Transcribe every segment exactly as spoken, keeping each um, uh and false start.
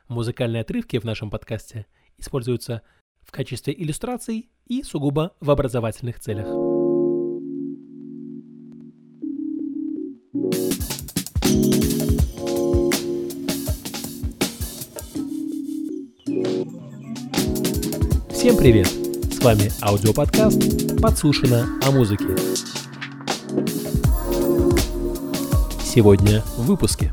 Музыкальные отрывки в нашем подкасте используются в качестве иллюстраций и сугубо в образовательных целях. Всем привет! С вами аудиоподкаст «Подслушано о музыке». Сегодня в выпуске.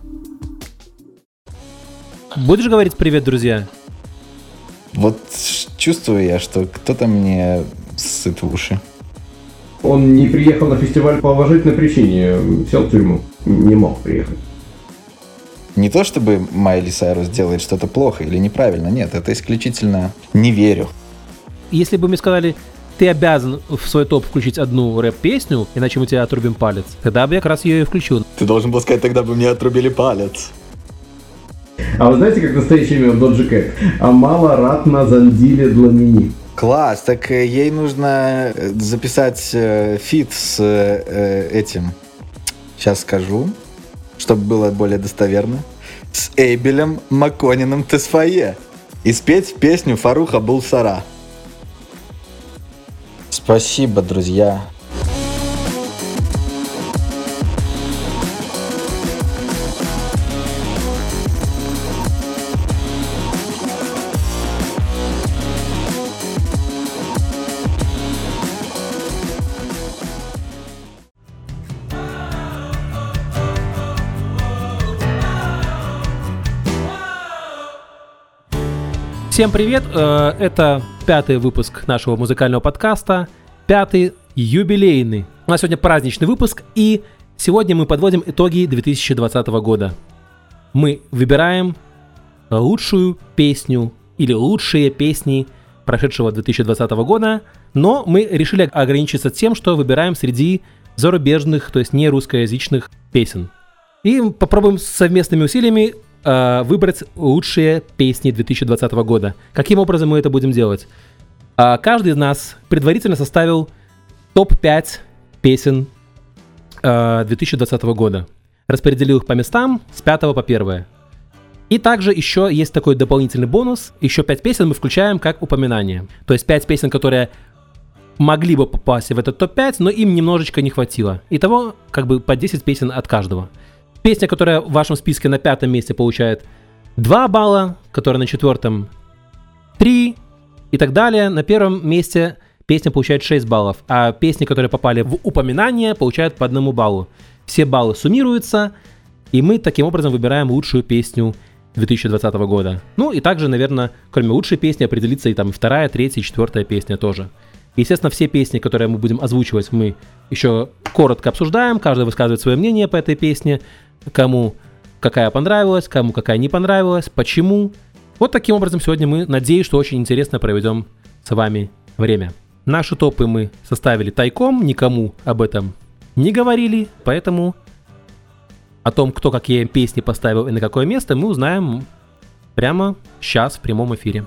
Будешь говорить привет, друзья? Вот чувствую я, что кто-то мне ссыт в уши. Он не приехал на фестиваль по уважительной причине, сел в тюрьму, не мог приехать. Не то чтобы Майли Сайрус делает что-то плохо или неправильно, нет, это исключительно не верю. Если бы мне сказали, ты обязан в свой топ включить одну рэп-песню, иначе мы тебе отрубим палец, тогда бы я как раз ее и включил. Ты должен был сказать, тогда бы мне отрубили палец. А вы знаете, как настоящее имя Доджи Кэт? Амала Ратна Зандиле Дламини. Класс, так ей нужно записать э, фит с э, этим, сейчас скажу, чтобы было более достоверно, с Эйбелем Маконином Тесфае и спеть песню Фаруха Булсара. Спасибо, друзья. Всем привет, это пятый выпуск нашего музыкального подкаста, пятый юбилейный. У нас сегодня праздничный выпуск, и сегодня мы подводим итоги две тысячи двадцатого года. Мы выбираем лучшую песню или лучшие песни прошедшего две тысячи двадцатого года, но мы решили ограничиться тем, что выбираем среди зарубежных, то есть не русскоязычных песен. И попробуем совместными усилиями выбрать лучшие песни две тысячи двадцатого года. Каким образом мы это будем делать? Каждый из нас предварительно составил топ пять песен две тысячи двадцатого года. Распределил их по местам с пятого по первое. И также еще есть такой дополнительный бонус. Еще пять песен мы включаем как упоминание. То есть пять песен, которые могли бы попасть в этот топ пять, но им немножечко не хватило. Итого как бы по десять песен от каждого. Песня, которая в вашем списке на пятом месте, получает два балла, которая на четвертом три и так далее. На первом месте песня получает шесть баллов, а песни, которые попали в упоминание, получают по одному баллу. Все баллы суммируются, и мы таким образом выбираем лучшую песню две тысячи двадцатого года. Ну и также, наверное, кроме лучшей песни определится и там вторая, третья, четвертая песня тоже. Естественно, все песни, которые мы будем озвучивать, мы еще коротко обсуждаем, каждый высказывает свое мнение по этой песне, кому какая понравилась, кому какая не понравилась, почему. Вот таким образом сегодня мы, надеюсь, что очень интересно проведем с вами время. Наши топы мы составили тайком, никому об этом не говорили, поэтому о том, кто какие песни поставил и на какое место, мы узнаем прямо сейчас в прямом эфире.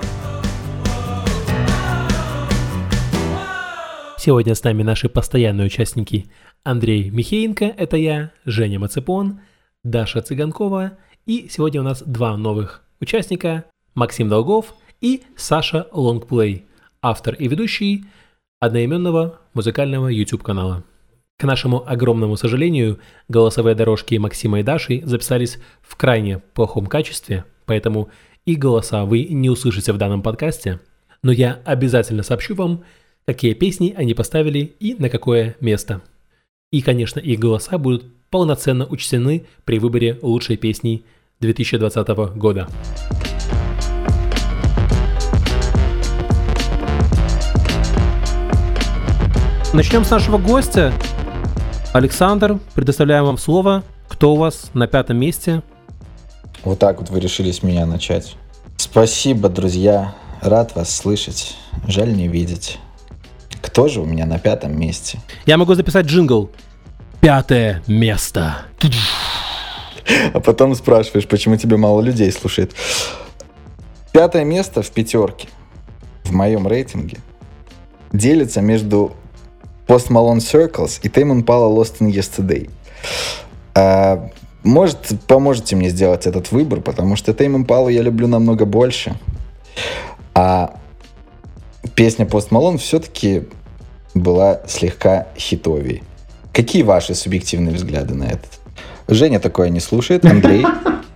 Сегодня с нами наши постоянные участники Андрей Михеенко, это я, Женя Мацепон, Даша Цыганкова, и сегодня у нас два новых участника, Максим Долгов и Саша Лонгплей, автор и ведущий одноименного музыкального YouTube-канала. К нашему огромному сожалению, голосовые дорожки Максима и Даши записались в крайне плохом качестве, поэтому их голоса вы не услышите в данном подкасте, но я обязательно сообщу вам, какие песни они поставили и на какое место. И, конечно, их голоса будут полноценно учтены при выборе лучшей песни две тысячи двадцатого года. Начнем с нашего гостя. Александр, предоставляем вам слово. Кто у вас на пятом месте? Вот так вот вы решили с меня начать. Спасибо, друзья. Рад вас слышать. Жаль не видеть. Кто же у меня на пятом месте? Я могу записать джингл. Пятое место. А потом спрашиваешь, почему тебе мало людей слушает. Пятое место в пятерке в моем рейтинге делится между Post Malone Circles и Tame Impala Lost in Yesterday. А, может, поможете мне сделать этот выбор, потому что Tame Impala я люблю намного больше. А песня Post Malone все-таки была слегка хитовей. Какие ваши субъективные взгляды на это? Женя такое не слушает, Андрей?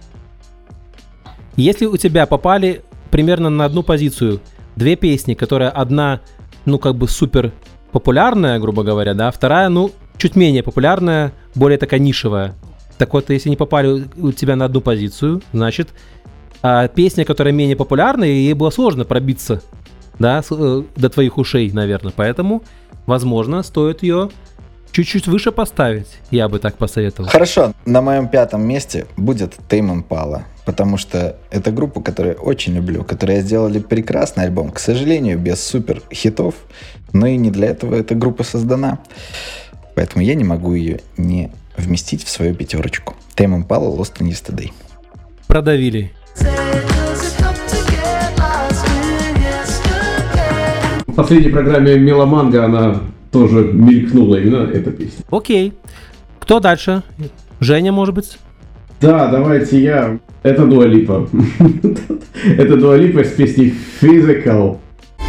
Если у тебя попали примерно на одну позицию две песни, которая одна, ну, как бы супер популярная, грубо говоря, да, вторая, ну, чуть менее популярная, более такая нишевая. Так вот, если не попали у тебя на одну позицию, значит, а песня, которая менее популярная, ей было сложно пробиться, да, с, э, до твоих ушей, наверное. Поэтому, возможно, стоит ее чуть-чуть выше поставить, я бы так посоветовал. Хорошо, на моем пятом месте будет Tame Impala, потому что это группа, которую я очень люблю, которые сделали прекрасный альбом, к сожалению, без супер хитов, но и не для этого эта группа создана. Поэтому я не могу ее не вместить в свою пятерочку. Tame Impala, Lost in Yesterday. Продавили. В последней программе Меломанга она тоже мелькнула именно эта песня. Окей. Кто дальше? Женя, может быть? Да, давайте я. Это Дуа Липа. Это Дуа Липа с песней Physical.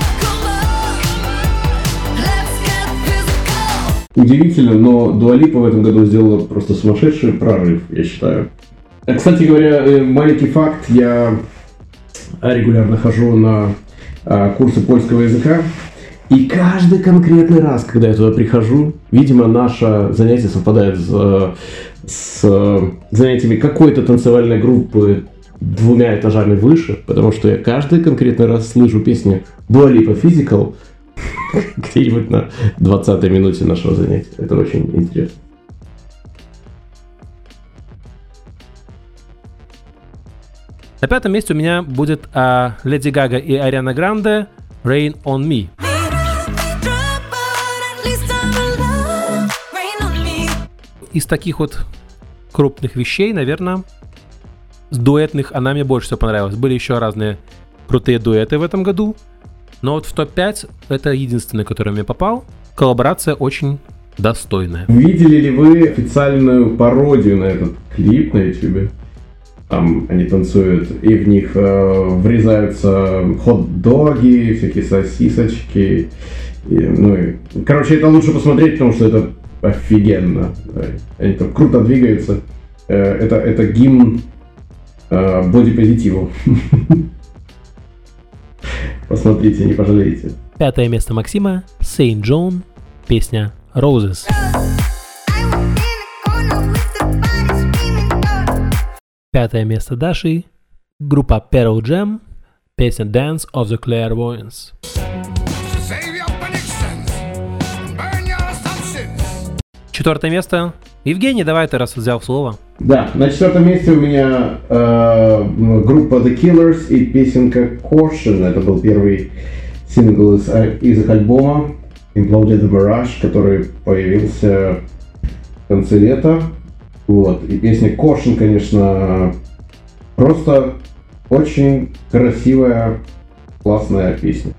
Удивительно, но Дуа Липа в этом году сделала просто сумасшедший прорыв, я считаю. Кстати говоря, маленький факт, я регулярно хожу на курсы польского языка, и каждый конкретный раз, когда я туда прихожу, видимо, наше занятие совпадает с, с занятиями какой-то танцевальной группы двумя этажами выше, потому что я каждый конкретный раз слышу песню Dua Lipa Physical где-нибудь на двадцатой минуте нашего занятия. Это очень интересно. На пятом месте у меня будет а, Леди Гага и Ариана Гранде «Rain on Me». Из таких вот крупных вещей, наверное, с дуэтных она мне больше всего понравилась. Были еще разные крутые дуэты в этом году, но вот в топ пять это единственный, который мне попал. Коллаборация очень достойная. Видели ли вы официальную пародию на этот клип на YouTube? Там они танцуют, и в них э, врезаются хот-доги, всякие сосисочки. И, ну, и, короче, это лучше посмотреть, потому что это офигенно. Они там круто двигаются. Э, это, это гимн э, бодипозитиву. Посмотрите, не пожалеете. Пятое место Максима. Сейнт Джон. Песня Roses. Пятое место Даши. Группа Pearl Jam. Песня Dance of the Clairvoyants. Четвертое место. Евгений, давай ты раз взял слово. Да, на четвертом месте у меня э, группа The Killers и песенка Caution. Это был первый сингл из, из их альбома Imploded the Mirage, который появился в конце лета. Вот. И песня Caution, конечно, просто очень красивая, классная песня.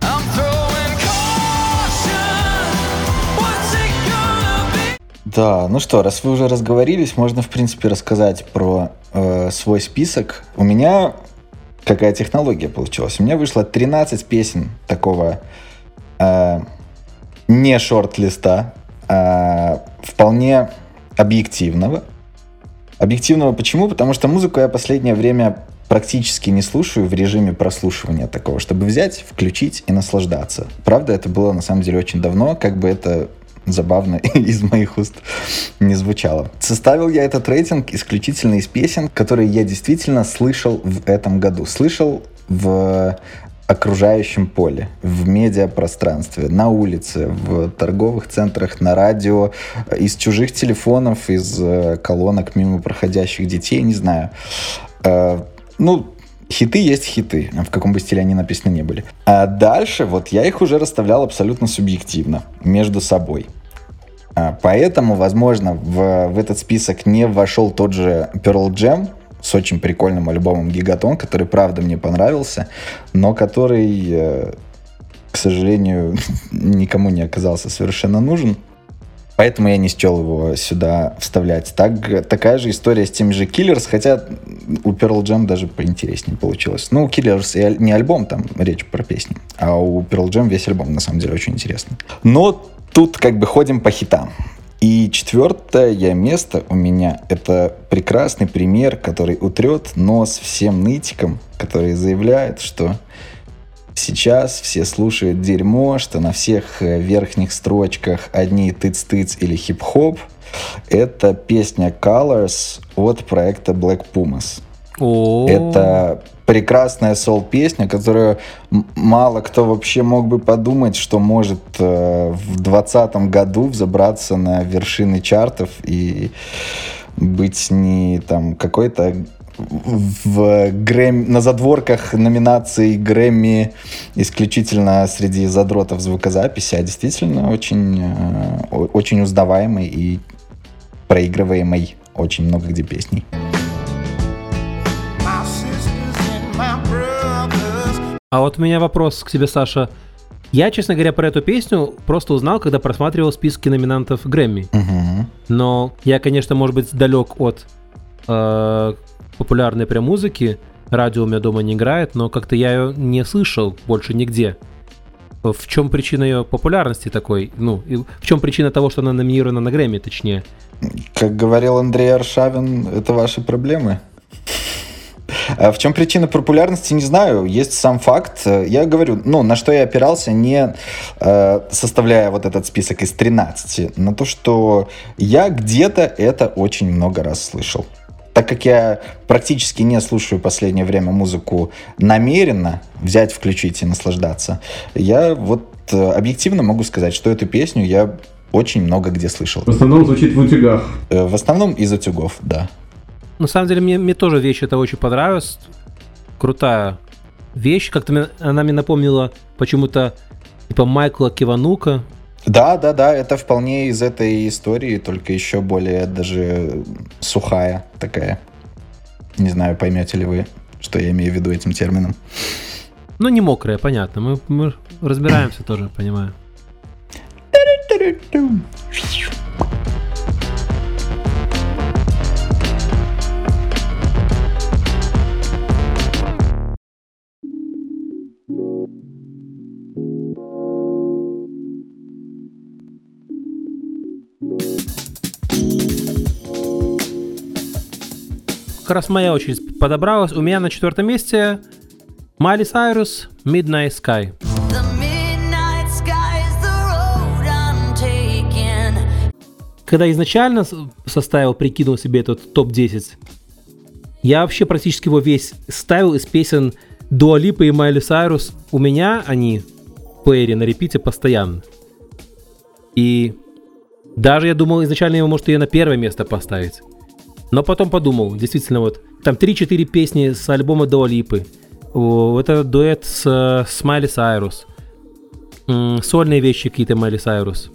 Да, ну что, раз вы уже разговорились, можно, в принципе, рассказать про э, свой список. У меня какая технология получилась? У меня вышло тринадцать песен такого э, не шорт-листа, а вполне объективного. Объективного почему? Потому что музыку я последнее время практически не слушаю в режиме прослушивания такого, чтобы взять, включить и наслаждаться. Правда, это было на самом деле очень давно, как бы это забавно из моих уст не звучало. Составил я этот рейтинг исключительно из песен, которые я действительно слышал в этом году. Слышал в окружающем поле, в медиапространстве, на улице, в торговых центрах, на радио, из чужих телефонов, из колонок мимо проходящих детей, не знаю. Ну, хиты есть хиты, в каком бы стиле они написаны не были. А дальше вот я их уже расставлял абсолютно субъективно, между собой. Поэтому, возможно, в, в этот список не вошел тот же Pearl Jam с очень прикольным альбомом Гигатон, который, правда, мне понравился, но который, к сожалению, никому не оказался совершенно нужен. Поэтому я не счел его сюда вставлять. Так, такая же история с теми же Killers, хотя у Pearl Jam даже поинтереснее получилось. Ну, у Killers не альбом, там речь про песни, а у Pearl Jam весь альбом, на самом деле, очень интересный. Но тут как бы ходим по хитам. И четвертое место у меня — это прекрасный пример, который утрет нос всем нытикам, которые заявляют, что сейчас все слушают дерьмо, что на всех верхних строчках одни тыц-тыц или хип-хоп. Это песня Colors от проекта Black Pumas. О-о-о. Это прекрасная сол-песня, которую мало кто вообще мог бы подумать, что может э, в двадцатом году взобраться на вершины чартов и быть не там какой-то в Грэм... на задворках номинаций Грэмми исключительно среди задротов звукозаписи, а действительно очень, очень узнаваемый и проигрываемый очень много где песней. А вот у меня вопрос к тебе, Саша. Я, честно говоря, про эту песню просто узнал, когда просматривал списки номинантов Грэмми. Угу. Но я, конечно, может быть, далек от э, популярной прям музыки. Радио у меня дома не играет, но как-то я ее не слышал больше нигде. В чем причина ее популярности такой? Ну, и в чем причина того, что она номинирована на Грэмми, точнее? Как говорил Андрей Аршавин, это ваши проблемы. В чем причина популярности, не знаю. Есть сам факт. Я говорю, ну, на что я опирался, не э, составляя вот этот список из тринадцати, на то, что я где-то это очень много раз слышал. Так как я практически не слушаю в последнее время музыку намеренно, взять, включить и наслаждаться, я вот э, объективно могу сказать, что эту песню я очень много где слышал. В основном звучит в утюгах. Э, в основном из утюгов, да. На самом деле, мне, мне тоже вещь эта очень понравилась. Крутая вещь. Как-то мне, она мне напомнила почему-то типа Майкла Киванука. Да, да, да, это вполне из этой истории, только еще более даже сухая такая. Не знаю, поймете ли вы, что я имею в виду этим термином. Ну, не мокрая, понятно. Мы, мы разбираемся тоже, понимаю. Как раз моя очередь подобралась. У меня на четвертом месте Майли Сайрус Midnight Sky. Когда изначально составил, прикинул себе этот топ десять, я вообще практически его весь ставил из песен Дуа Липы и Майли Сайрус. У меня они в плеере на репите постоянно. И даже я думал изначально его, может, ее на первое место поставить. Но потом подумал, действительно, вот там три-четыре песни с альбома Дуа Липы. Это дуэт с, с Майли Сайрус. Сольные вещи какие-то Майли Сайрус.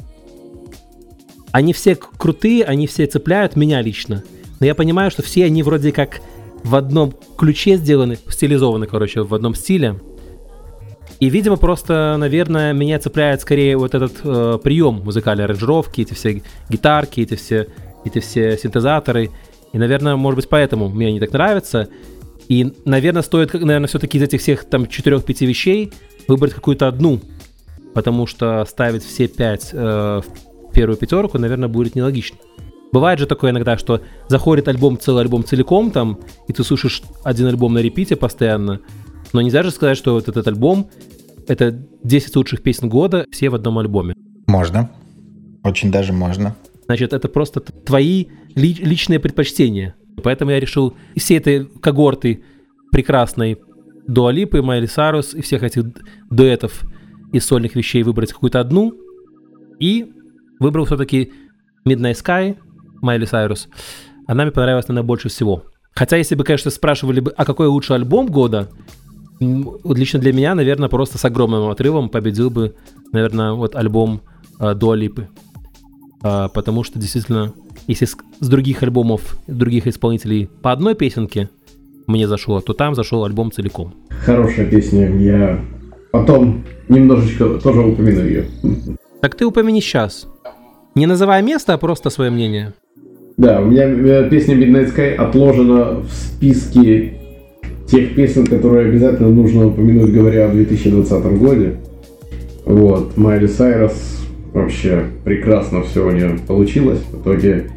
Они все крутые, они все цепляют меня лично. Но я понимаю, что все они вроде как в одном ключе сделаны, стилизованы, короче, в одном стиле. И, видимо, просто, наверное, меня цепляет скорее вот этот э, прием музыкальной аранжировки, эти все гитарки, эти все, эти все синтезаторы. И, наверное, может быть, поэтому мне они так нравятся. И, наверное, стоит, наверное, все-таки из этих всех там четырех-пяти вещей выбрать какую-то одну. Потому что ставить все пять э, в первую пятерку, наверное, будет нелогично. Бывает же такое иногда, что заходит альбом, целый альбом целиком там, и ты слушаешь один альбом на репите постоянно. Но нельзя же сказать, что вот этот альбом — это десять лучших песен года, все в одном альбоме. Можно. Очень даже можно. Значит, это просто твои ли- личные предпочтения. Поэтому я решил из всей этой когорты прекрасной Дуа Липы, Майли Сайрус и всех этих дуэтов из сольных вещей выбрать какую-то одну. И выбрал все-таки Midnight Sky, Майли Сайрус. Она мне понравилась, наверное, больше всего. Хотя, если бы, конечно, спрашивали бы, а какой лучший альбом года, лично для меня, наверное, просто с огромным отрывом победил бы, наверное, вот альбом э, Дуа Липы. Uh, потому что действительно, если с, с других альбомов, других исполнителей по одной песенке мне зашло, то там зашел альбом целиком. Хорошая песня, я потом немножечко тоже упомяну ее. Так ты упомяни сейчас. Не называя место, а просто свое мнение. Да, у меня песня Midnight Sky отложена в списке тех песен, которые обязательно нужно упомянуть, говоря о две тысячи двадцатом годе. Вот, Майли Сайрус, вообще прекрасно все у нее получилось. В итоге,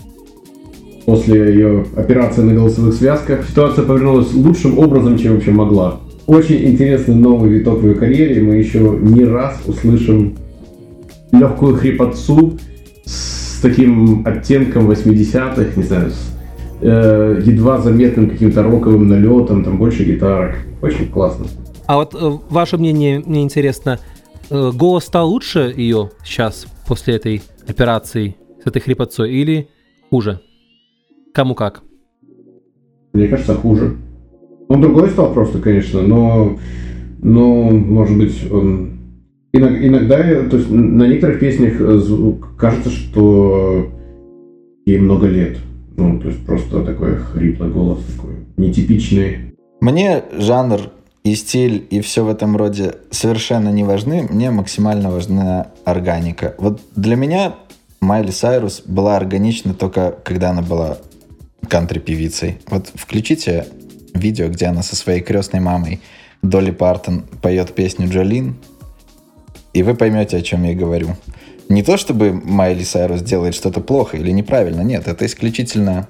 после ее операции на голосовых связках, ситуация повернулась лучшим образом, чем вообще могла. Очень интересный новый виток в ее карьере, мы еще не раз услышим легкую хрипотцу с таким оттенком восьмидесятых, не знаю, с э, едва заметным каким-то роковым налетом, там больше гитарок. Очень классно. А вот э, ваше мнение, мне интересно, э, голос стал лучше ее сейчас, после этой операции, с этой хрипотцой, или хуже? Кому как? Мне кажется, хуже. Он другой стал просто, конечно, но, но может быть, он... Иногда, то есть на некоторых песнях кажется, что ей много лет. Ну, то есть просто такой хриплый голос, такой нетипичный. Мне жанр и стиль, и все в этом роде совершенно не важны. Мне максимально важна органика. Вот для меня Майли Сайрус была органична только когда она была кантри-певицей. Вот включите видео, где она со своей крестной мамой Долли Партон поет песню «Джолин», и вы поймете, о чем я говорю. Не то, чтобы Майли Сайрус делает что-то плохо или неправильно, нет, это исключительно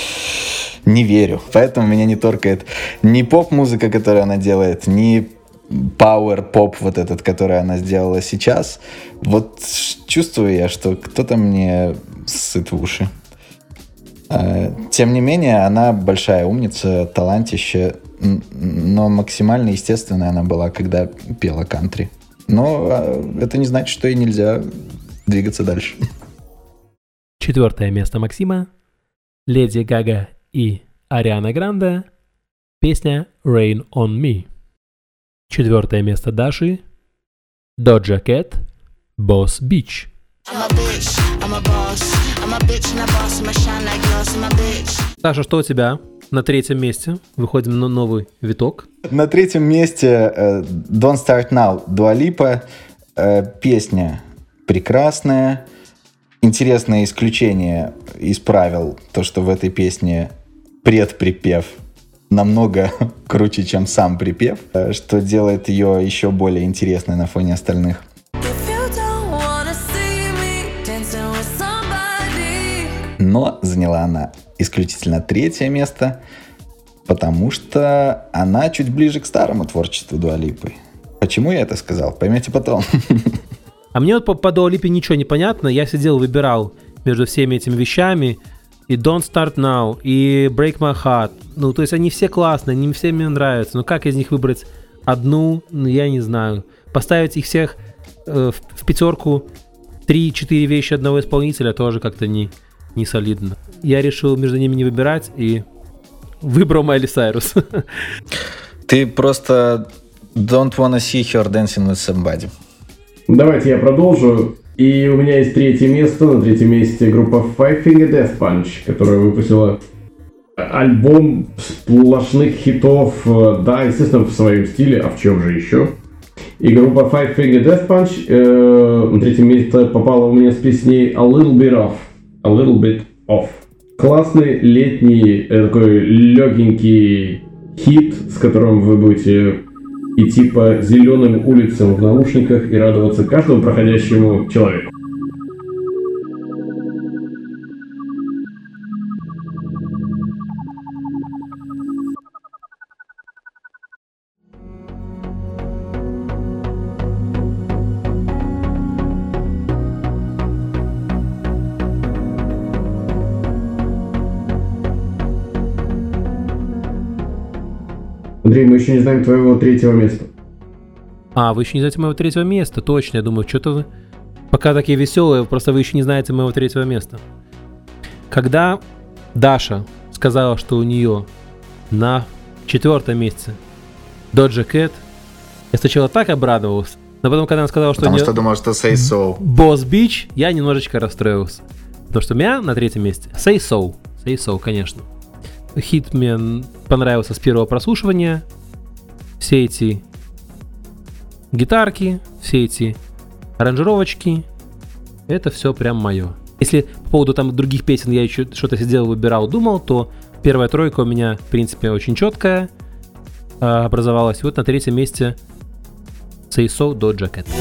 не верю. Поэтому меня не торкает ни поп-музыка, которую она делает, ни пауэр-поп вот этот, который она сделала сейчас. Вот чувствую я, что кто-то мне ссыт в уши. Тем не менее, она большая умница, талантище, но максимально естественная она была, когда пела кантри. Но это не значит, что ей нельзя двигаться дальше. Четвертое место Максима. Леди Гага и Ариана Гранде. Песня «Rain on Me». Четвертое место Даши. Doja Cat, Boss Bitch. Даша, что у тебя на третьем месте? Выходим на новый виток. На третьем месте uh, Don't Start Now, Дуа Липа. Uh, песня прекрасная. Интересное исключение из правил, то, что в этой песне предприпев намного круче, чем сам припев, что делает ее еще более интересной на фоне остальных. Но заняла она исключительно третье место, потому что она чуть ближе к старому творчеству Дуа Липы. Почему я это сказал, поймете потом. А мне вот по, по Дуа Липе ничего не понятно. Я сидел, выбирал между всеми этими вещами. И Don't Start Now, и Break My Heart. Ну, то есть они все классные, они все мне нравятся. Но как из них выбрать одну, ну, я не знаю. Поставить их всех э, в, в пятерку три-четыре вещи одного исполнителя тоже как-то не, не солидно. Я решил между ними не выбирать и выбрал Майли Сайрус. Ты просто don't wanna see her dancing with somebody. Давайте я продолжу. И у меня есть третье место. На третьем месте группа Five Finger Death Punch, которая выпустила альбом сплошных хитов, да, естественно, в своем стиле, а в чем же еще. И группа Five Finger Death Punch э, на третьем месте попала у меня с песней A Little Bit Off. A Little Bit Off. Классный летний э, такой легенький хит, с которым вы будете идти по зеленым улицам в наушниках и радоваться каждому проходящему человеку. Андрей, мы еще не знаем твоего третьего места. А, вы еще не знаете моего третьего места? Точно, я думаю, что-то вы пока такие веселые, просто вы еще не знаете моего третьего места. Когда Даша сказала, что у нее на четвертом месте Doja Cat, я сначала так обрадовался, но потом, когда она сказала, что Потому у нее что думал, что Say So. Boss Bitch, я немножечко расстроился. Потому что у меня на третьем месте Say So. Say So, конечно. Хит мне понравился с первого прослушивания. Все эти гитарки, все эти аранжировочки. Это все прям мое. Если по поводу там других песен я еще что-то сидел, выбирал, думал, то первая тройка у меня, в принципе, очень четкая э, образовалась. Вот на третьем месте Say So Doja Cat.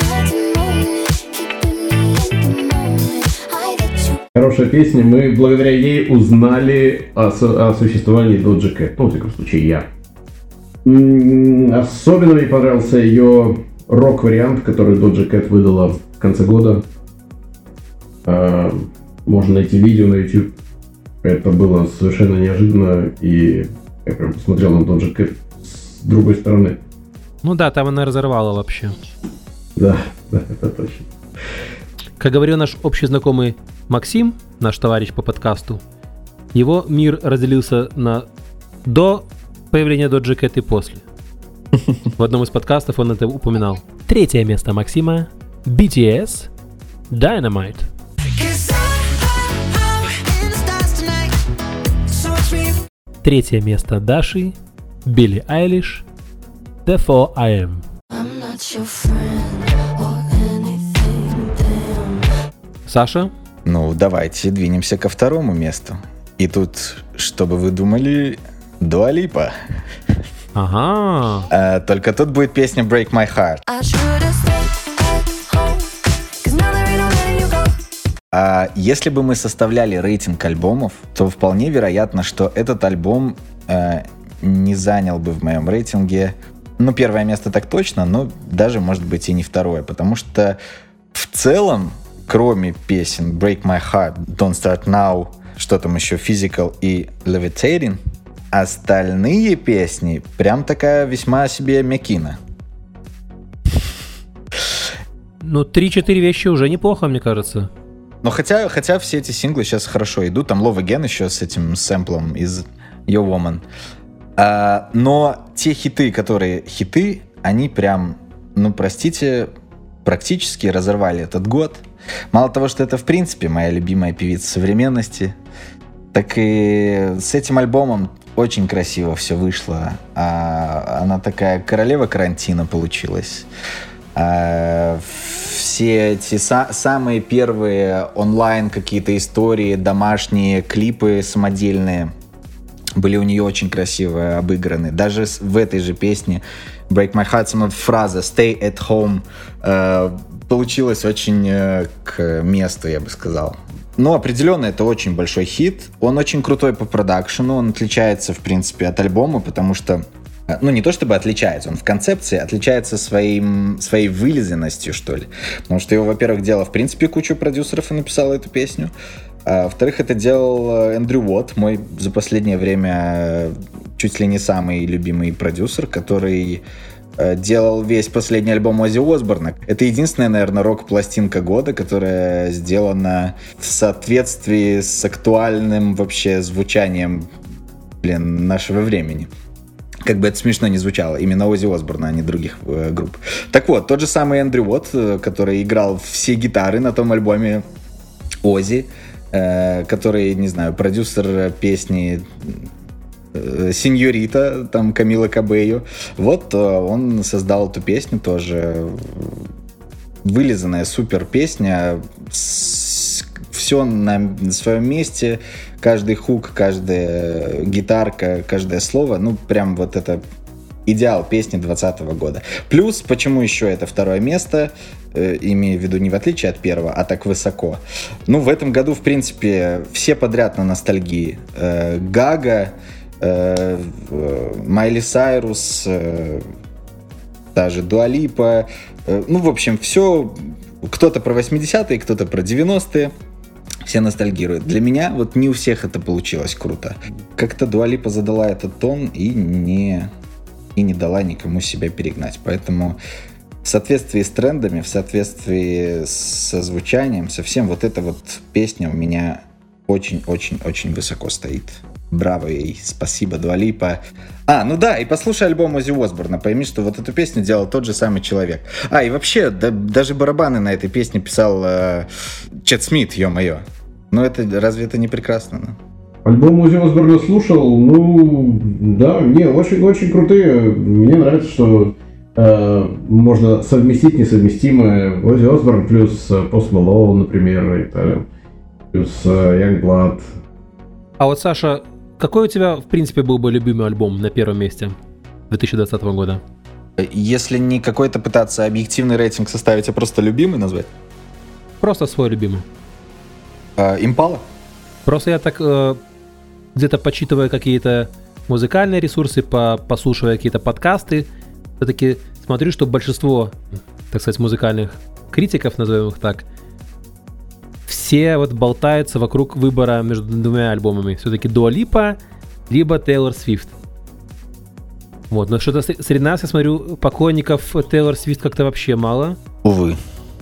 Хорошая песня. Мы благодаря ей узнали о, о существовании Doja Cat. Ну, в таком случае, я. М-м, особенно мне понравился ее рок-вариант, который Doja Cat выдала в конце года. А, можно найти видео на YouTube. Это было совершенно неожиданно, и я прям посмотрел на Doja Cat с другой стороны. Ну да, там она разорвала вообще. Да, да, это точно. Как говорил наш общий знакомый Максим, наш товарищ по подкасту, его мир разделился на до появления Doja Cat и после. В одном из подкастов он это упоминал. Третье место Максима – би ти эс Dynamite. Третье место Даши – Билли Айлиш – Therefore I Am. Саша? Ну, давайте двинемся ко второму месту. И тут, что бы вы думали, Дуа Липа. Ага. А, только тут будет песня Break My Heart. А если бы мы составляли рейтинг альбомов, то вполне вероятно, что этот альбом э, не занял бы в моем рейтинге, ну, первое место так точно, но даже, может быть, и не второе, потому что в целом, кроме песен Break My Heart, Don't Start Now, что там еще, Physical и Levitating, остальные песни прям такая весьма себе мякина. Ну, три-четыре вещи уже неплохо, мне кажется. Но хотя, хотя все эти синглы сейчас хорошо идут, там Love Again еще с этим сэмплом из Yo Woman. А, но те хиты, которые хиты, они прям, ну, простите, практически разорвали этот год. Мало того, что это, в принципе, моя любимая певица современности, так и с этим альбомом очень красиво все вышло. А, она такая королева карантина получилась. А, все эти са- самые первые онлайн какие-то истории, домашние клипы самодельные были у нее очень красиво обыграны. Даже в этой же песне Break My Heart сама фраза Stay at Home э, получилась очень э, к месту, я бы сказал. Но определенно это очень большой хит. Он очень крутой по продакшену. Он отличается, в принципе, от альбома, потому что ну, не то чтобы отличается, он в концепции отличается своим, своей вылизанностью, что ли. Потому что его, во-первых, делал, в принципе, кучу продюсеров и написал эту песню. А, во-вторых, это делал Эндрю Уотт, мой за последнее время чуть ли не самый любимый продюсер, который делал весь последний альбом Оззи Осборна. Это единственная, наверное, рок-пластинка года, которая сделана в соответствии с актуальным вообще звучанием, блин, нашего времени. Как бы это смешно не звучало. Именно Оззи Осборна, а не других э, групп. Так вот, тот же самый Эндрю Уотт, э, который играл все гитары на том альбоме Оззи, э, который, не знаю, продюсер песни э, «Синьорита», там, Камила Кабейо. Вот э, он создал эту песню тоже. Вылизанная супер песня. С, все на своем месте. Каждый хук, каждая гитарка, каждое слово, ну, прям вот это идеал песни двадцатого года. Плюс, почему еще это второе место, э, имею в виду не в отличие от первого, а так высоко. Ну, в этом году, в принципе, все подряд на ностальгии. Э, Гага, э, Майли Сайрус, э, та же Дуа Липа, э, ну, в общем, все, кто-то про восьмидесятые, кто-то про девяностые. Все ностальгируют. Для меня вот не у всех это получилось круто. Как-то Дуа Липа задала этот тон и не, и не дала никому себя перегнать. Поэтому в соответствии с трендами, в соответствии со звучанием, со всем, вот эта вот песня у меня очень-очень-очень высоко стоит. Браво ей, спасибо, Дуа Липа. А, ну да, и послушай альбом Оззи Осборна, пойми, что вот эту песню делал тот же самый человек. А, и вообще, да, даже барабаны на этой песне писал э, Чет Смит, ё-моё. Ну это, разве это не прекрасно? Ну? Альбом Оззи Осборна слушал, ну, да, не, очень-очень крутые. Мне нравится, что можно совместить несовместимое. Оззи Осборн плюс Post Malone, например, и так, плюс Youngblood. А вот, Саша, какой у тебя, в принципе, был бы любимый альбом на первом месте две тысячи двадцатого года? Если не какой-то пытаться объективный рейтинг составить, а просто любимый назвать? Просто свой любимый. Импала? Просто я так э, где-то почитывая какие-то музыкальные ресурсы, по, послушивая какие-то подкасты, все-таки смотрю, что большинство, так сказать, музыкальных критиков, назовем их так, все вот болтаются вокруг выбора между двумя альбомами. Все-таки Дуа Липа, либо Тейлор Свифт. Вот, но что-то среди нас, я смотрю, поклонников Тейлор Свифт как-то вообще мало. Увы.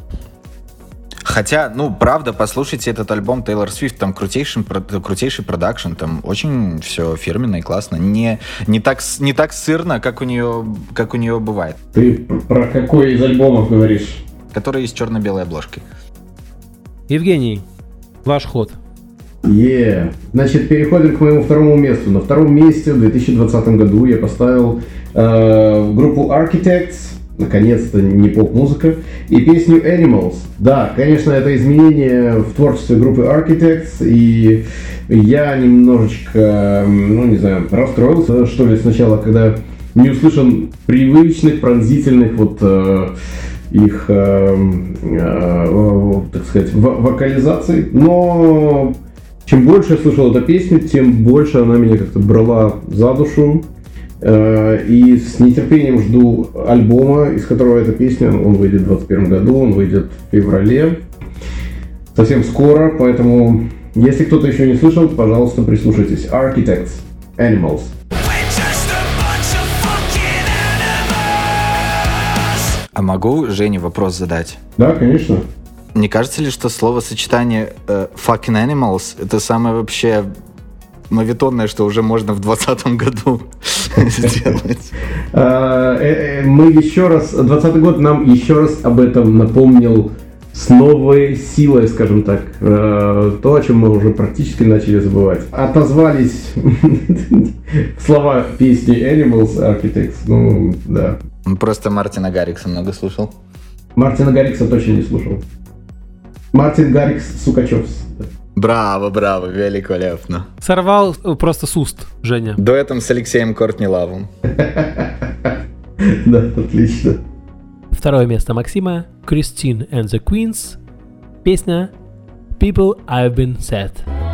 Хотя, ну, правда, послушайте этот альбом Тейлор Свифт, там крутейший, крутейший продакшн, там очень все фирменно и классно. Не, не, так, не так сырно, как у нее, как у нее бывает. Ты про какой из альбомов говоришь? Который с черно-белой обложкой. Евгений, ваш ход. Yeah. Значит, переходим к моему второму месту. На втором месте в две тысячи двадцатом году я поставил э, группу Architects, наконец-то не поп-музыка, и песню Animals. Да, конечно, это изменение в творчестве группы Architects, и я немножечко, ну не знаю, расстроился, что ли, сначала, когда не услышал привычных, пронзительных вот э, их, э, э, так сказать, вокализаций, но чем больше я слышал эту песню, тем больше она меня как-то брала за душу. И с нетерпением жду альбома, из которого эта песня, он выйдет в двадцать первом году, он выйдет в феврале, совсем скоро, поэтому, если кто-то еще не слышал, пожалуйста, прислушайтесь. Architects, Animals. А могу Жене вопрос задать? Да, конечно. Не кажется ли, что словосочетание э, fucking animals это самое вообще моветонное, что уже можно в двадцатом году сделать? Мы еще раз, двадцатый год нам еще раз об этом напомнил с новой силой, скажем так, то, о чем мы уже практически начали забывать. Отозвались слова песни Animals Architects, ну да. Просто Мартина Гаррикса много слушал. Мартина Гаррикса точно не слушал. Мартин Гаррикс Сукачевс. Браво, браво, великолепно. Сорвал просто с уст, Женя. Дуэтом с Алексеем Кортни Лавом. Да, отлично. Второе место Максима. Christine and the Queens. Песня People I've Been Sad.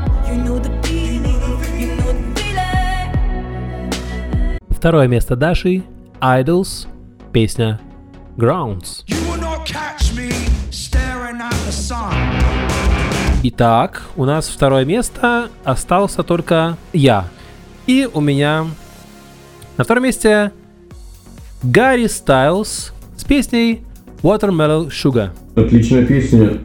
Второе место Даши. Idols. Песня Grounds. Итак, у нас второе место, остался только я. И у меня на втором месте Гарри Стайлз с песней Watermelon Sugar. Отличная песня.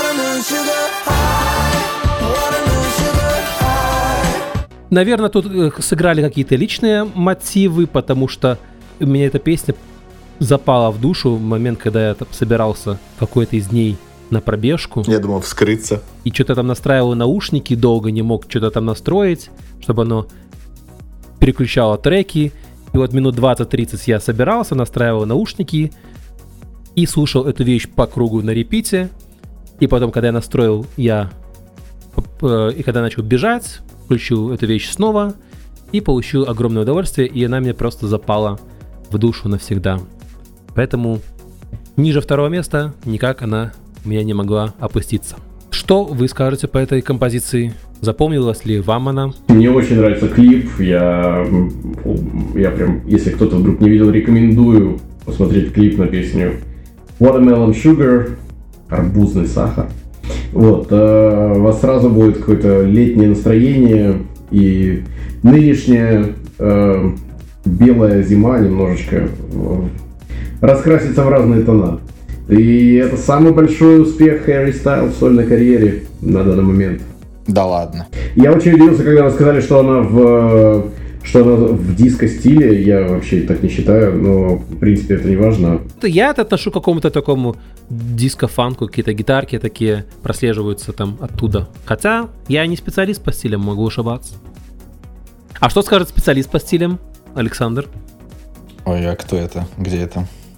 Наверное, тут сыграли какие-то личные мотивы, потому что у меня эта песня запала в душу в момент, когда я собирался какой-то из дней на пробежку. Я думал вскрыться. И что-то там настраивал наушники, долго не мог что-то там настроить, чтобы оно переключало треки. И вот минут двадцать-тридцать я собирался, настраивал наушники и слушал эту вещь по кругу на репите. И потом, когда я настроил, я и когда начал бежать, включил эту вещь снова и получил огромное удовольствие, и она мне просто запала в душу навсегда. Поэтому ниже второго места никак она у меня не могла опуститься. Что вы скажете по этой композиции? Запомнилась ли вам она? Мне очень нравится клип. Я, я прям, если кто-то вдруг не видел, рекомендую посмотреть клип на песню Watermelon Sugar, арбузный сахар. Вот, э, у вас сразу будет какое-то летнее настроение, и нынешняя э, белая зима немножечко э, раскрасится в разные тона. И это самый большой успех Harry Styles в сольной карьере на данный момент. Да ладно. Я очень удивился, когда вы сказали, что она в, что она в диско-стиле. Я вообще так не считаю, но в принципе это не важно. Я это отношу к какому-то такому диско-фанку, какие-то гитарки такие прослеживаются там оттуда. Хотя я не специалист по стилям, могу ошибаться. А что скажет специалист по стилям, Александр? Ой, а кто это? Где это?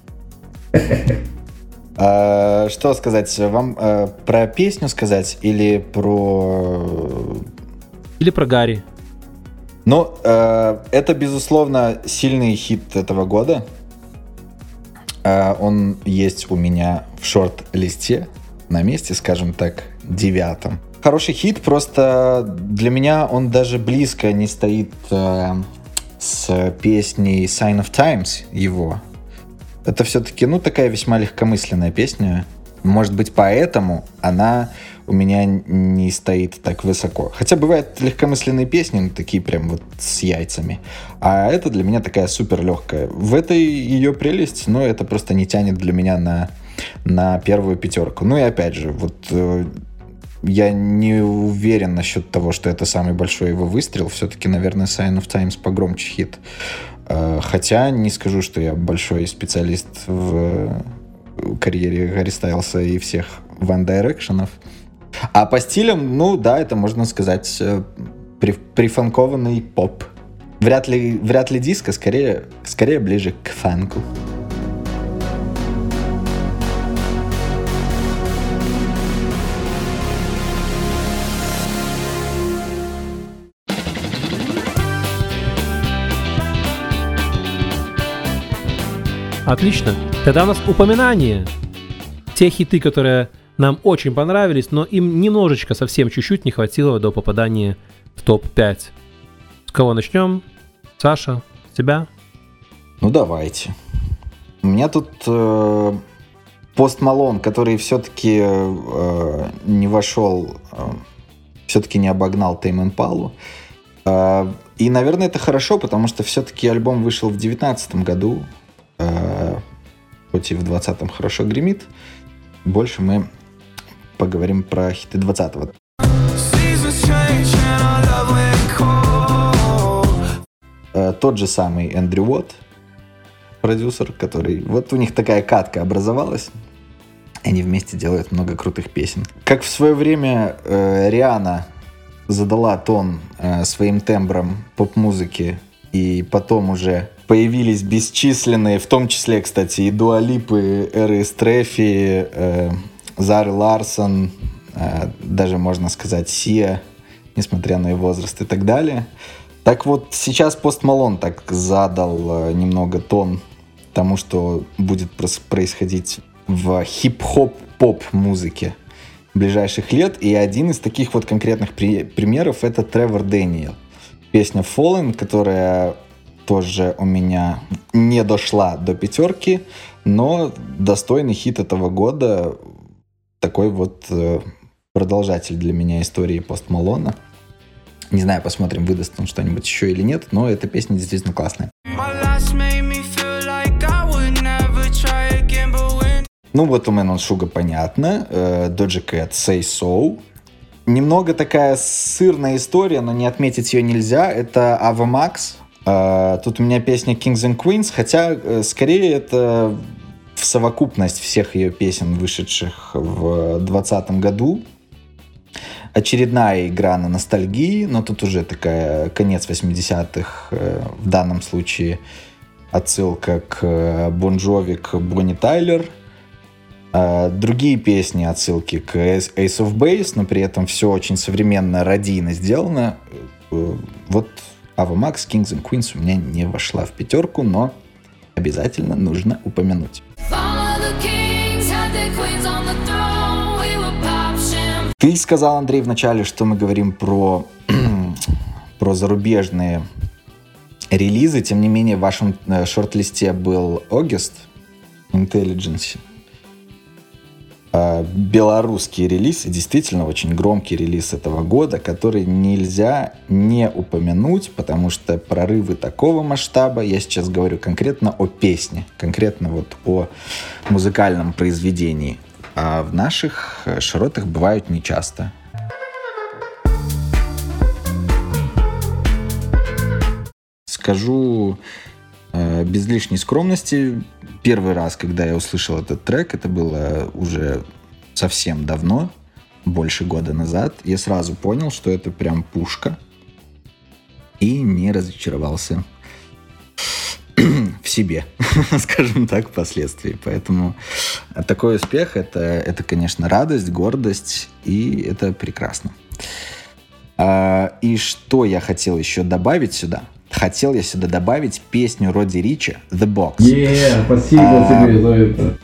А, что сказать? Вам а, про песню сказать или про... Или про Гарри? Ну, а, это, безусловно, сильный хит этого года. А, он есть у меня в шорт-листе на месте, скажем так, девятом. Хороший хит, просто для меня он даже близко не стоит а, с песней Sign of Times его. Это все-таки, ну, такая весьма легкомысленная песня. Может быть, поэтому она у меня не стоит так высоко. Хотя бывают легкомысленные песни, ну, такие прям вот с яйцами. А это для меня такая супер легкая. В этой ее прелесть, но это просто не тянет для меня на, на первую пятерку. Ну и опять же, вот э, я не уверен насчет того, что это самый большой его выстрел. Все-таки, наверное, Sign of Times погромче хит. Хотя не скажу, что я большой специалист в карьере Гарри Стайлса и всех One Direction'ов. А по стилям, ну да, это можно сказать при, прифанкованный поп. Вряд ли, вряд ли диско, скорее, скорее ближе к фанку. Отлично. Тогда у нас упоминание. Те хиты, которые нам очень понравились, но им немножечко, совсем чуть-чуть не хватило до попадания в топ пять. С кого начнем? Саша, с тебя? Ну, давайте. У меня тут э, Post Malone, который все-таки э, не вошел, э, все-таки не обогнал Tame Impala. Э, и, наверное, это хорошо, потому что все-таки альбом вышел в девятнадцатом году. Хоть и в двадцатом хорошо гремит. Больше мы поговорим про хиты двадцатого. Тот же самый Эндрю Уотт, продюсер, который... Вот у них такая катка образовалась. Они вместе делают много крутых песен. Как в свое время э, Риhanna задала тон э, своим тембром поп-музыки, и потом уже появились бесчисленные, в том числе, кстати, и Дуа Липы, Эры Стрефи, э, Зары Ларсон, э, даже, можно сказать, Сиа, несмотря на ее возраст и так далее. Так вот, сейчас Post Malone так задал э, немного тон тому, что будет происходить в хип-хоп-поп-музыке ближайших лет. И один из таких вот конкретных при- примеров — это Тревор Дэниел. Песня Fallen, которая тоже у меня не дошла до пятерки, но достойный хит этого года. Такой вот э, продолжатель для меня истории Пост Малона. Не знаю, посмотрим, выдаст он что-нибудь еще или нет, но эта песня действительно классная. Ну вот у Мэн он Шуга понятно. Доджа Кэт Say So. Немного такая сырная история, но не отметить ее нельзя. Это Ava Max. Uh, тут у меня песня Kings and Queens, хотя uh, скорее это в совокупность всех ее песен, вышедших в двадцатом году. Очередная игра на ностальгии, но тут уже такая конец восьмидесятых, uh, в данном случае отсылка к Бон Джови, к Бонни Тайлер. Uh, другие песни отсылки к Ace of Base, но при этом все очень современно, радийно сделано. Uh, вот Ava Max, Kings and Queens у меня не вошла в пятерку, но обязательно нужно упомянуть. Ты сказал, Андрей, в начале, что мы говорим про, про зарубежные релизы. Тем не менее, в вашем шорт-листе был August Intelligence. Белорусский релиз, и действительно очень громкий релиз этого года, который нельзя не упомянуть, потому что прорывы такого масштаба, я сейчас говорю конкретно о песне, конкретно вот о музыкальном произведении, а в наших широтах бывают нечасто. Скажу э, без лишней скромности, первый раз, когда я услышал этот трек, это было уже совсем давно, больше года назад. Я сразу понял, что это прям пушка. И не разочаровался. В себе, скажем так, впоследствии. Поэтому такой успех это, это, конечно, радость, гордость, и это прекрасно. А, и что я хотел еще добавить сюда? Хотел я сюда добавить песню Родди Ричи «The Box». Yeah, спасибо а, тебе за это.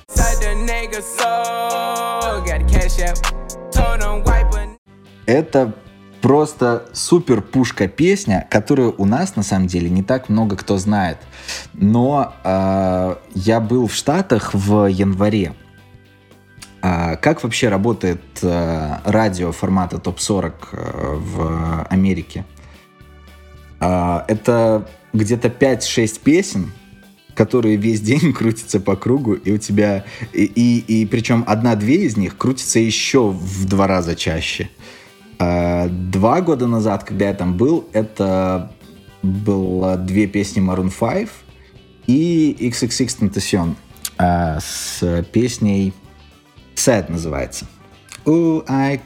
Это просто супер пушка песня, которую у нас на самом деле не так много кто знает. Но э, я был в Штатах в январе. А как вообще работает э, радио формата топ сорок э, в Америке? Э, это где-то пять-шесть песен, которые весь день крутятся по кругу, и у тебя... И, и, и причем одна-две из них крутятся еще в два раза чаще. Э, два года назад, когда я там был, это было две песни Maroon пять и икс икс икс Tentacion э, с песней Sad называется. Ooh, I...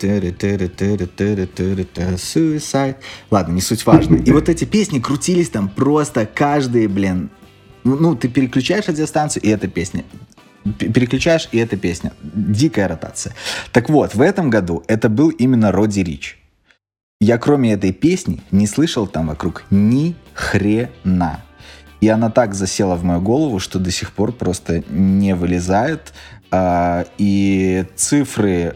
Suicide. Ладно, не суть важно. И вот эти песни крутились там просто каждые, блин... Ну, ты переключаешь радиостанцию, и эта песня. Переключаешь, и эта песня. Дикая ротация. Так вот, в этом году это был именно Родди Рич. Я кроме этой песни не слышал там вокруг ни хрена. И она так засела в мою голову, что до сих пор просто не вылезает. И цифры,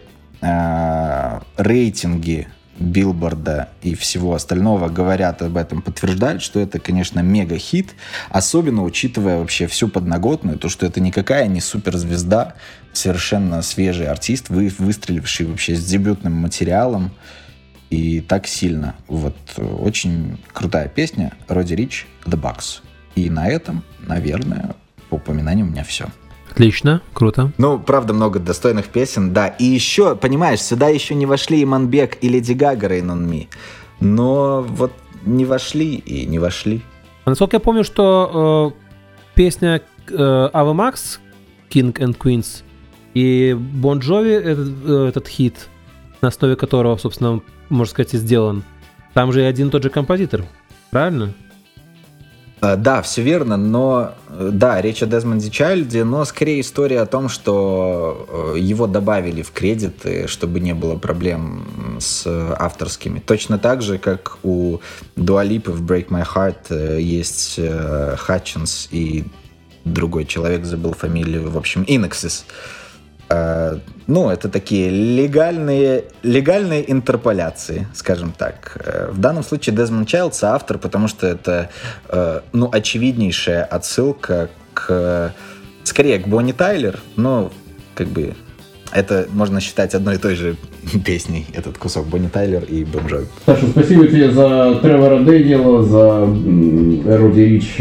рейтинги Билборда и всего остального говорят об этом, подтверждают, что это, конечно, мега-хит, особенно учитывая вообще всю подноготную, то, что это никакая не суперзвезда, совершенно свежий артист, вы, выстреливший вообще с дебютным материалом и так сильно. Вот очень крутая песня Родди Рич «The Box». И на этом, наверное, по упоминаниям у меня все. Отлично, круто. Ну, правда, много достойных песен, да. И еще, понимаешь, сюда еще не вошли Иманбек и Леди Гага Rain on Me. Но вот не вошли и не вошли. А насколько я помню, что э, песня э, Ava Max, King and Queens, и Bon Jovi, этот, э, этот хит, на основе которого, собственно, можно сказать, и сделан, там же и один и тот же композитор, правильно? Да, все верно, но да, речь о Дезмонде Чайльде, но скорее история о том, что его добавили в кредиты, чтобы не было проблем с авторскими. Точно так же, как у Дуа Липы в Break My Heart есть Хатчинс и другой человек, забыл фамилию, в общем, Иноксис. Uh, ну, это такие легальные, легальные интерполяции, скажем так. Uh, в данном случае Desmond Child соавтор, потому что это uh, ну, очевиднейшая отсылка к, скорее, к Бонни Тайлер, но как бы это можно считать одной и той же песней, этот кусок Бонни Тайлер и Бон Джови. Саша, спасибо тебе за Тревора Дэниела, за Родди Рич.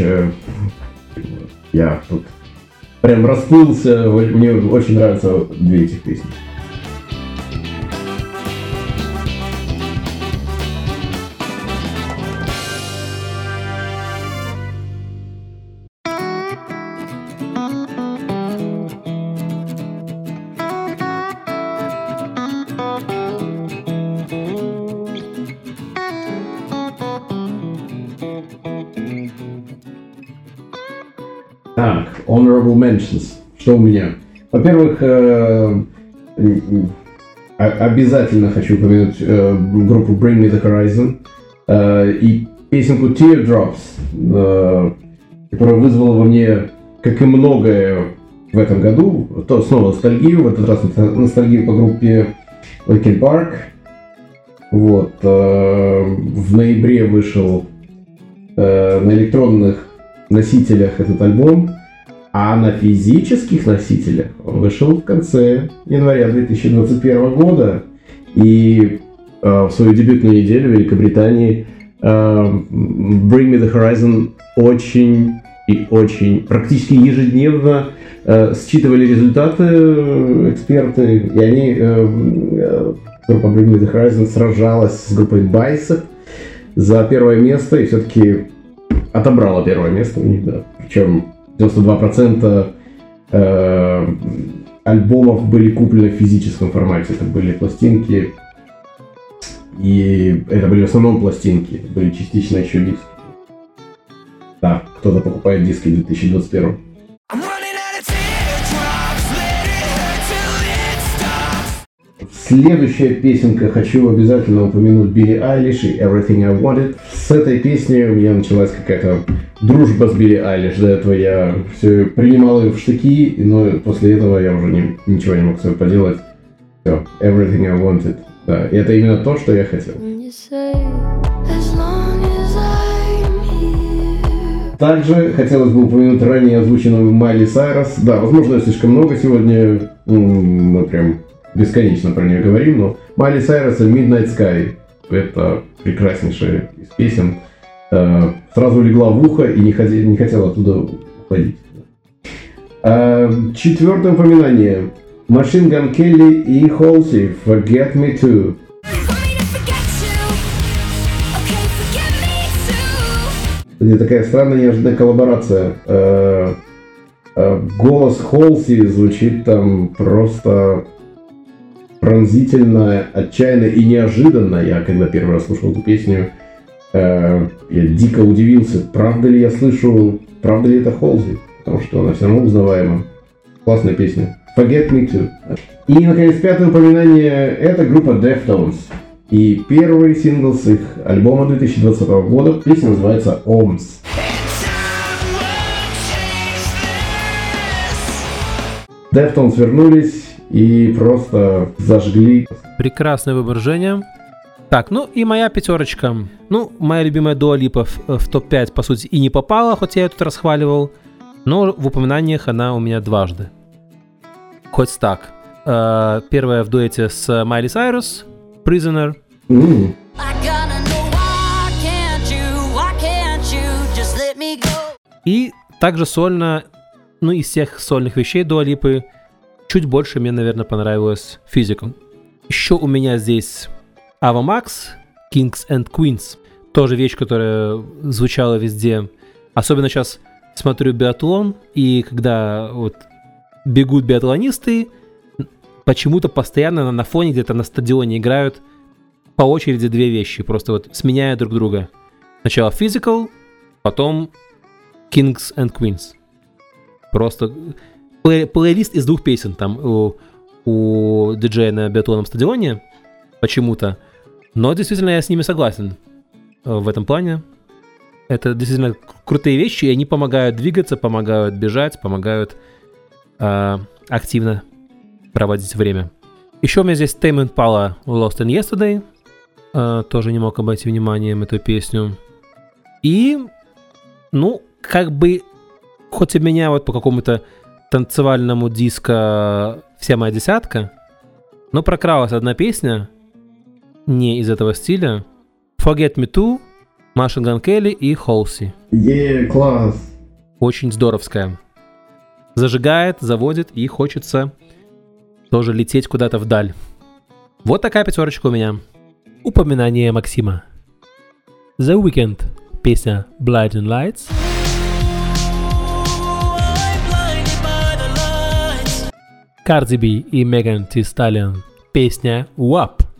Я тут прям расплылся, мне очень нравятся две этих песни. Так, honorable mentions. Что у меня? Во-первых, э, э, обязательно хочу упомянуть э, группу Bring Me The Horizon э, и песенку Teardrops, э, которая вызвала во мне, как и многое в этом году, то снова ностальгию, в этот раз ностальгию по группе Linkin Park. Вот, э, в ноябре вышел э, на электронных носителях этот альбом, а на физических носителях он вышел в конце января две тысячи двадцать первого года. И э, в свою дебютную неделю в Великобритании э, Bring Me The Horizon очень и очень практически ежедневно э, считывали результаты э, эксперты, и они э, э, группа Bring Me The Horizon сражалась с группой Bicep за первое место и все-таки отобрала первое место у них, да. Причем девяносто два процента э, альбомов были куплены в физическом формате. Это были пластинки, и это были в основном пластинки, были частично еще диски. Да. кто-то покупает диски в две тысячи двадцать первом. Следующая песенка, хочу обязательно упомянуть Билли Айлиш и Everything I Wanted. С этой песни у меня началась какая-то дружба с Билли Айлиш. До этого я все принимал ее в штыки, но после этого я уже не, ничего не мог с собой поделать. Все, Everything I Wanted. Да, и это именно то, что я хотел. Также хотелось бы упомянуть ранее озвученную Майли Сайрус. Да, возможно, слишком много сегодня. Мы прям бесконечно про нее говорим, но Майли Сайрус и Midnight Sky — это прекраснейшая из песен. Сразу легла в ухо и не, ходи, не хотела оттуда уходить. Четвертое упоминание. Machine Gun Kelly и Halsey, Forget Me Too. Это такая странная неожиданная коллаборация. Голос Halsey звучит там просто пронзительно, отчаянно и неожиданно. Я когда первый раз слушал эту песню, я дико удивился, правда ли я слышу, правда ли это Halsey, потому что она все равно узнаваема. Классная песня. Forget Me Too. И, наконец, пятое упоминание — это группа Deftones. И первый сингл с их альбома две тысячи двадцатого года. Песня называется Ohms. Deftones вернулись и просто зажгли. Прекрасный выбор, Женя. Так, ну и моя пятерочка. Ну, моя любимая Дуа Липа в, в топ пять, по сути, и не попала, хоть я ее тут расхваливал. Но в упоминаниях она у меня дважды. Хоть так. Э, первая в дуэте с Майли Сайрус, Prisoner. Mm. И также сольно, ну, из всех сольных вещей Дуа Липы, чуть больше мне, наверное, понравилось Physical. Еще у меня здесь Ava Max, Kings and Queens. Тоже вещь, которая звучала везде. Особенно сейчас смотрю биатлон, и когда вот бегут биатлонисты, почему-то постоянно на фоне где-то на стадионе играют по очереди две вещи, просто вот сменяя друг друга. Сначала Physical, потом Kings and Queens. Просто плей- плейлист из двух песен там у, у диджея на биатлонном стадионе почему-то. Но действительно я с ними согласен в этом плане. Это действительно крутые вещи, и они помогают двигаться, помогают бежать, помогают э, активно проводить время. Еще у меня здесь Tame Impala Lost in Yesterday. Э, тоже не мог обойти вниманием эту песню. И, ну, как бы, хоть у меня вот по какому-то танцевальному диско вся моя десятка, но прокралась одна песня не из этого стиля. Forget Me Too, Machine Gun Kelly и Halsey. Е, класс. Очень здоровская. Зажигает, заводит, и хочется тоже лететь куда-то вдаль. Вот такая пятерочка у меня. Упоминание Максима. The Weeknd. Песня Blinding Lights. Cardi B и Megan Thee Stallion. Песня W A P.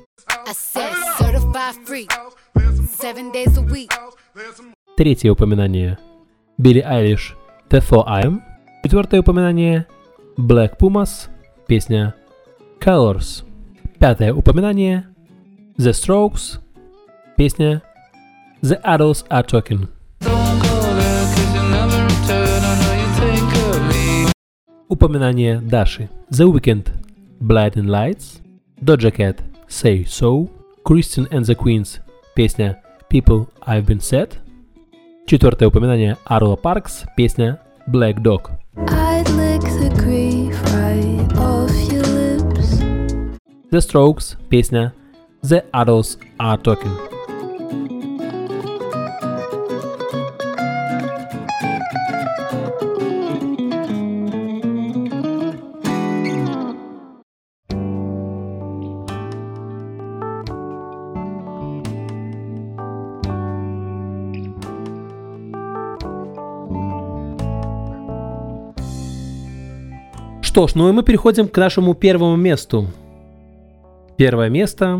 Третье упоминание. Билли Айлиш. Therefore I Am. Четвертое упоминание. Black Pumas. Песня Colors. Пятое упоминание. The Strokes. Песня The Adults Are Talking. Упоминание Даши. The Weeknd. Blinding Lights. Doja Cat. Say So. Christian and the Queens. Песня People I've Been Sad. Четвертое упоминание Arlo Parks. Песня Black Dog. I'd lick the grief right off your lips. The Strokes. Песня The Adults Are Talking. Что ж, ну и мы переходим к нашему первому месту. Первое место.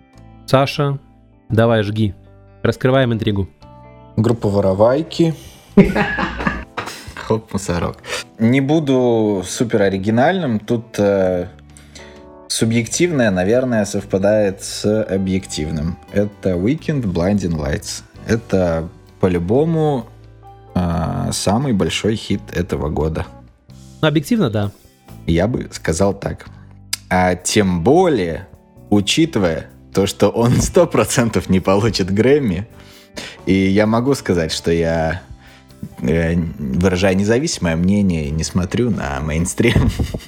Саша, давай жги. Раскрываем интригу. Группа Воровайки. Хоп, мусорок. Не буду супер оригинальным. Тут э, субъективное, наверное, совпадает с объективным. Это Weeknd Blinding Lights. Это по-любому э, самый большой хит этого года. Объективно, да. Я бы сказал так. А тем более, учитывая то, что он сто процентов не получит Грэмми, и я могу сказать, что я э, выражаю независимое мнение и не смотрю на мейнстрим.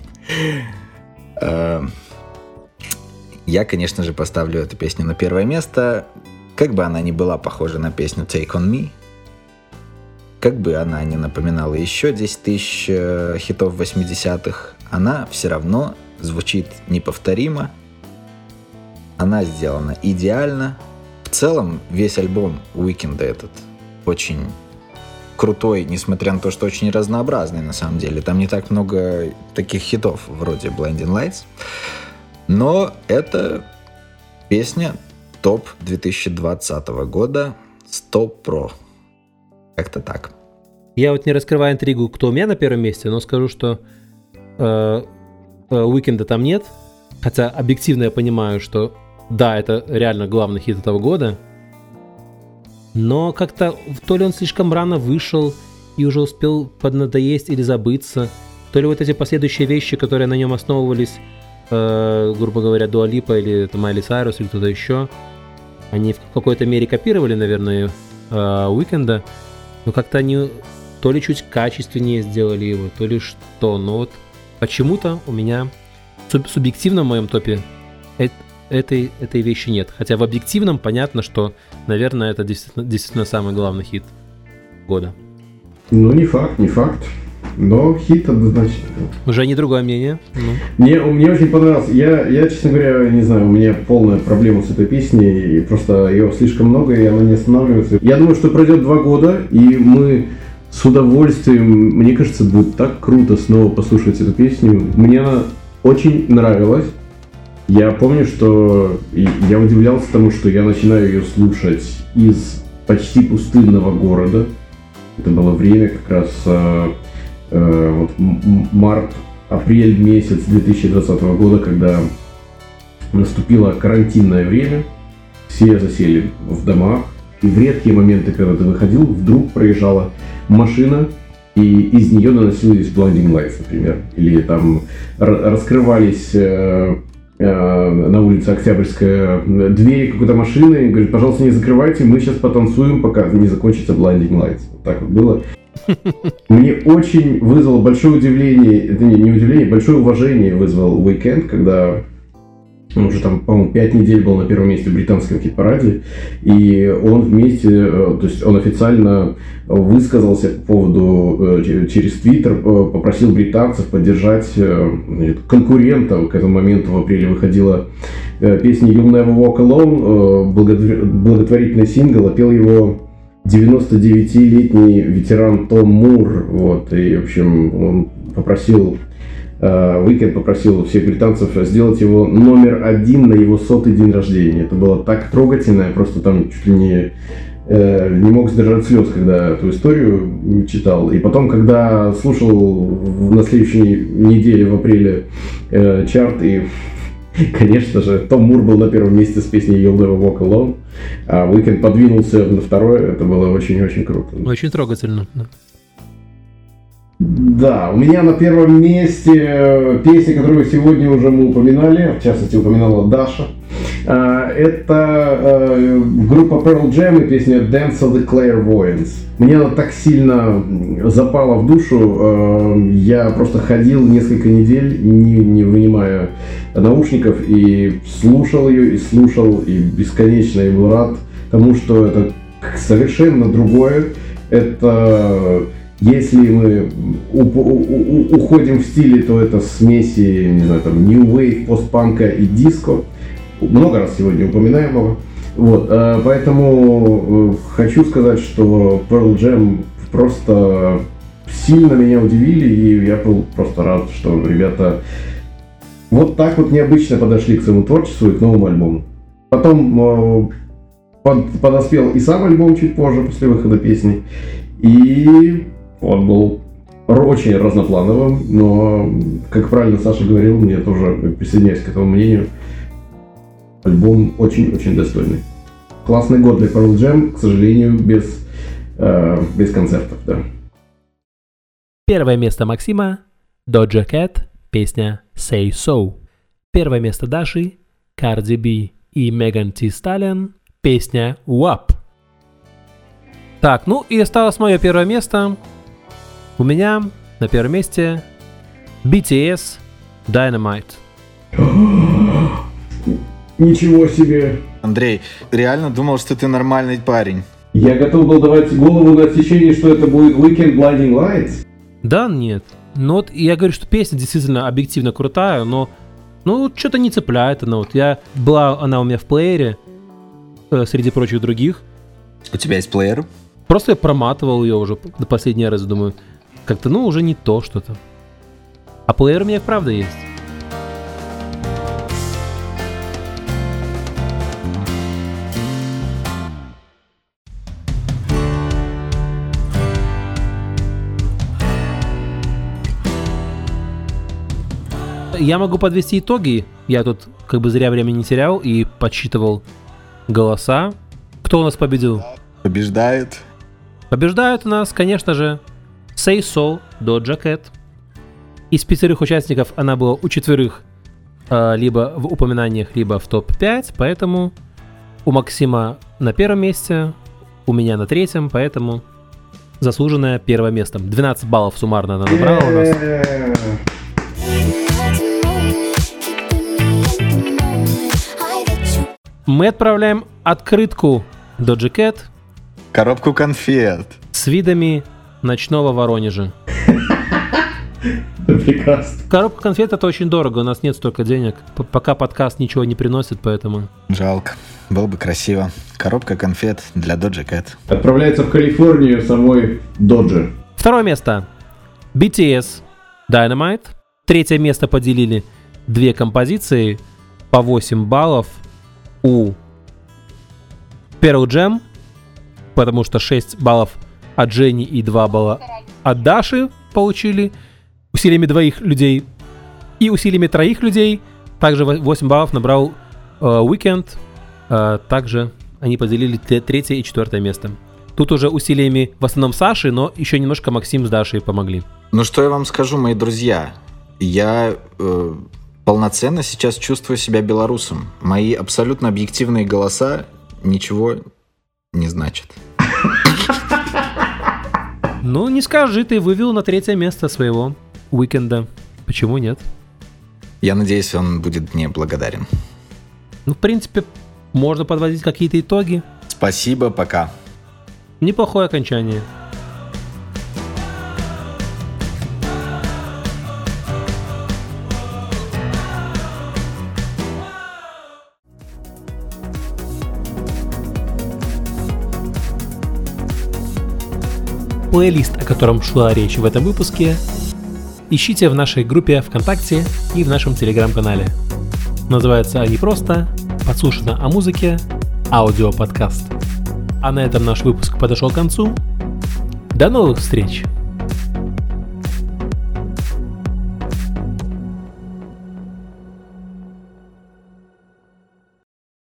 Я, конечно же, поставлю эту песню на первое место. Как бы она ни была похожа на песню Take On Me, как бы она ни напоминала еще десять тысяч хитов восьмидесятых, она все равно звучит неповторимо. Она сделана идеально. В целом, весь альбом Уикенда этот очень крутой, несмотря на то, что очень разнообразный на самом деле. Там не так много таких хитов вроде Blinding Lights. Но это песня топ две тысячи двадцатого года сто процентов. Как-то так. Я вот не раскрываю интригу, кто у меня на первом месте, но скажу, что э, э, Уикенда там нет. Хотя объективно я понимаю, что да, это реально главный хит этого года. Но как-то то ли он слишком рано вышел и уже успел поднадоесть или забыться, то ли вот эти последующие вещи, которые на нем основывались, э, грубо говоря, Дуа Липа или Майли Сайрус или кто-то еще, они в какой-то мере копировали, наверное, э, Уикенда, но как-то они то ли чуть качественнее сделали его, то ли что. Но вот почему-то у меня суб- субъективно в моем топе э- этой, этой вещи нет. Хотя в объективном понятно, что, наверное, это действительно, действительно самый главный хит года. Ну, не факт, не факт. Но хит однозначно. Уже не другое мнение. Ну. Мне, мне очень понравился. Я, я, честно говоря, не знаю, у меня полная проблема с этой песней. И просто ее слишком много, и она не останавливается. Я думаю, что пройдет два года, и мы с удовольствием, мне кажется, будет так круто снова послушать эту песню. Мне она очень нравилась. Я помню, что я удивлялся тому, что я начинаю ее слушать из почти пустынного города. Это было время как раз э, э, вот, март-апрель месяц две тысячи двадцатого года, когда наступило карантинное время, все засели в домах, и в редкие моменты, когда ты выходил, вдруг проезжала машина, и из нее доносились Blinding Lights, например, или там р- раскрывались э, э, на улице Октябрьская двери какой-то машины, и говорит: пожалуйста, не закрывайте, мы сейчас потанцуем, пока не закончится Blinding Lights. Вот так вот было. Мне очень вызвало большое удивление, это не, не удивление, большое уважение вызвал Weeknd, когда он уже там, по-моему, пять недель был на первом месте в британском хит-параде, и он вместе, то есть он официально высказался по поводу, через Твиттер, попросил британцев поддержать конкурента. К этому моменту в апреле выходила песня You'll Never Walk Alone, благотворительный сингл, а пел его девяностодевятилетний ветеран Том Мур, вот, и, в общем, он попросил, Weeknd попросил всех британцев сделать его номер один на его сотый день рождения. Это было так трогательно, я просто там чуть ли не, э, не мог сдержать слез, когда эту историю читал. И потом, когда слушал на следующей неделе в апреле э, чарт, и, конечно же, Том Мур был на первом месте с песней You'll Never Walk Alone, а Weeknd подвинулся на второе, это было очень-очень круто. Очень трогательно, да. Да, у меня на первом месте песня, которую сегодня уже мы упоминали, в частности упоминала Даша. Это группа Pearl Jam и песня Dance of the Clairvoyants. Мне она так сильно запала в душу, я просто ходил несколько недель, не, не вынимая наушников, и слушал ее, и слушал, и бесконечно и был рад тому, что это совершенно другое. Это... Если мы у- у- у- уходим в стиле, то это смеси, не знаю, там, New Wave, постпанка и диско. Много раз сегодня упоминаемого. Вот, поэтому хочу сказать, что Pearl Jam просто сильно меня удивили, и я был просто рад, что ребята вот так вот необычно подошли к своему творчеству и к новому альбому. Потом под, подоспел и сам альбом чуть позже, после выхода песни. И он был очень разноплановым, но, как правильно Саша говорил, мне тоже присоединяюсь к этому мнению, альбом очень-очень достойный. Классный год для Pearl Jam, к сожалению, без, э, без концертов, да. Первое место Максима – Doja Cat, песня Say So. Первое место Даши – Cardi B и Megan Thee Stallion, песня W A P. Так, ну и осталось мое первое место. У меня на первом месте би ти эс Dynamite. Ничего себе! Андрей, реально думал, что ты нормальный парень. Я готов был давать голову на отсечение, что это будет Weekend Blinding Lights. Да, нет. Ну вот я говорю, что песня действительно объективно крутая, но ну что-то не цепляет она. Вот я была она у меня в плеере э, среди прочих других. У тебя есть плеер? Просто я проматывал ее уже до последний раз, думаю, как-то ну уже не то что-то. А плеер у меня правда есть. Я могу подвести итоги. Я тут как бы зря времени не терял и подсчитывал голоса. Кто у нас победил? Побеждает. Побеждают у нас, конечно же, Say So, Doja Cat. Из пятерых участников она была у четверых э, либо в упоминаниях, либо в топ пять, поэтому у Максима на первом месте, у меня на третьем, поэтому заслуженное первое место. двенадцать баллов суммарно она набрала у нас. Мы отправляем открытку Doja Cat. Коробку конфет. С видами ночного Воронежа. Прекрасно. Коробка конфет — это очень дорого, у нас нет столько денег. П- пока подкаст ничего не приносит, поэтому... Жалко. Было бы красиво. Коробка конфет для Doja Cat. Отправляется в Калифорнию самой Доджи. Второе место. би ти эс Dynamite. Третье место поделили две композиции по восемь баллов у Pearl Jam, потому что шесть баллов от Жени и два балла от Даши получили усилиями двоих людей. И усилиями троих людей также восемь баллов набрал э, Weekend. Э, также они поделили третье и четвертое место. Тут уже усилиями в основном Саши, но еще немножко Максим с Дашей помогли. Ну что я вам скажу, мои друзья? Я э, полноценно сейчас чувствую себя белорусом. Мои абсолютно объективные голоса ничего не значат. Ну, не скажи, ты вывел на третье место своего Уикенда. Почему нет? Я надеюсь, он будет мне благодарен. Ну, в принципе, можно подводить какие-то итоги. Спасибо, пока. Неплохое окончание. Плейлист, о котором шла речь в этом выпуске, ищите в нашей группе ВКонтакте и в нашем Телеграм-канале. Называются они просто «Подслушано о музыке. Аудиоподкаст». А на этом наш выпуск подошел к концу. До новых встреч!